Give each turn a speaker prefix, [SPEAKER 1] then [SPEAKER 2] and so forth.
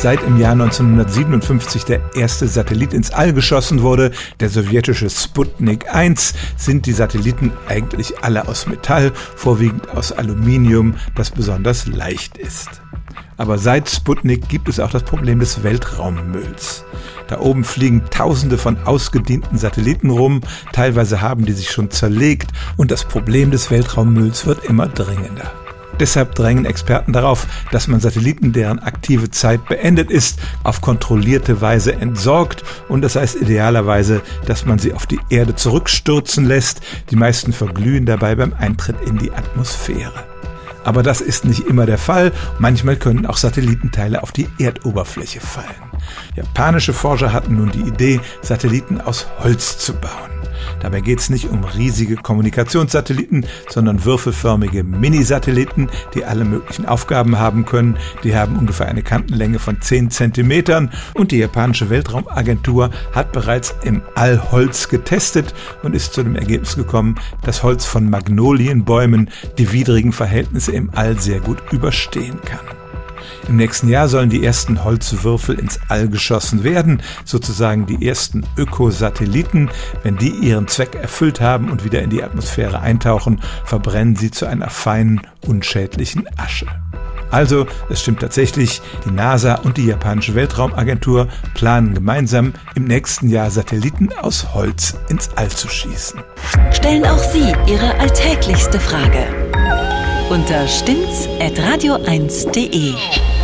[SPEAKER 1] Seit im Jahr 1957 der erste Satellit ins All geschossen wurde, der sowjetische Sputnik 1, sind die Satelliten eigentlich alle aus Metall, vorwiegend aus Aluminium, das besonders leicht ist. Aber seit Sputnik gibt es auch das Problem des Weltraummülls. Da oben fliegen Tausende von ausgedienten Satelliten rum, teilweise haben die sich schon zerlegt und das Problem des Weltraummülls wird immer dringender. Deshalb drängen Experten darauf, dass man Satelliten, deren aktive Zeit beendet ist, auf kontrollierte Weise entsorgt und das heißt idealerweise, dass man sie auf die Erde zurückstürzen lässt. Die meisten verglühen dabei beim Eintritt in die Atmosphäre. Aber das ist nicht immer der Fall. Manchmal können auch Satellitenteile auf die Erdoberfläche fallen. Japanische Forscher hatten nun die Idee, Satelliten aus Holz zu bauen. Dabei geht es nicht um riesige Kommunikationssatelliten, sondern würfelförmige Mini-Satelliten, die alle möglichen Aufgaben haben können. Die haben ungefähr eine Kantenlänge von 10 Zentimetern und die japanische Weltraumagentur hat bereits im All Holz getestet und ist zu dem Ergebnis gekommen, dass Holz von Magnolienbäumen die widrigen Verhältnisse im All sehr gut überstehen kann. Im nächsten Jahr sollen die ersten Holzwürfel ins All geschossen werden, sozusagen die ersten Ökosatelliten. Wenn die ihren Zweck erfüllt haben und wieder in die Atmosphäre eintauchen, verbrennen sie zu einer feinen, unschädlichen Asche. Also, es stimmt tatsächlich, die NASA und die japanische Weltraumagentur planen gemeinsam, im nächsten Jahr Satelliten aus Holz ins All zu schießen.
[SPEAKER 2] Stellen auch Sie Ihre alltäglichste Frage unter stimmt's@radio1.de.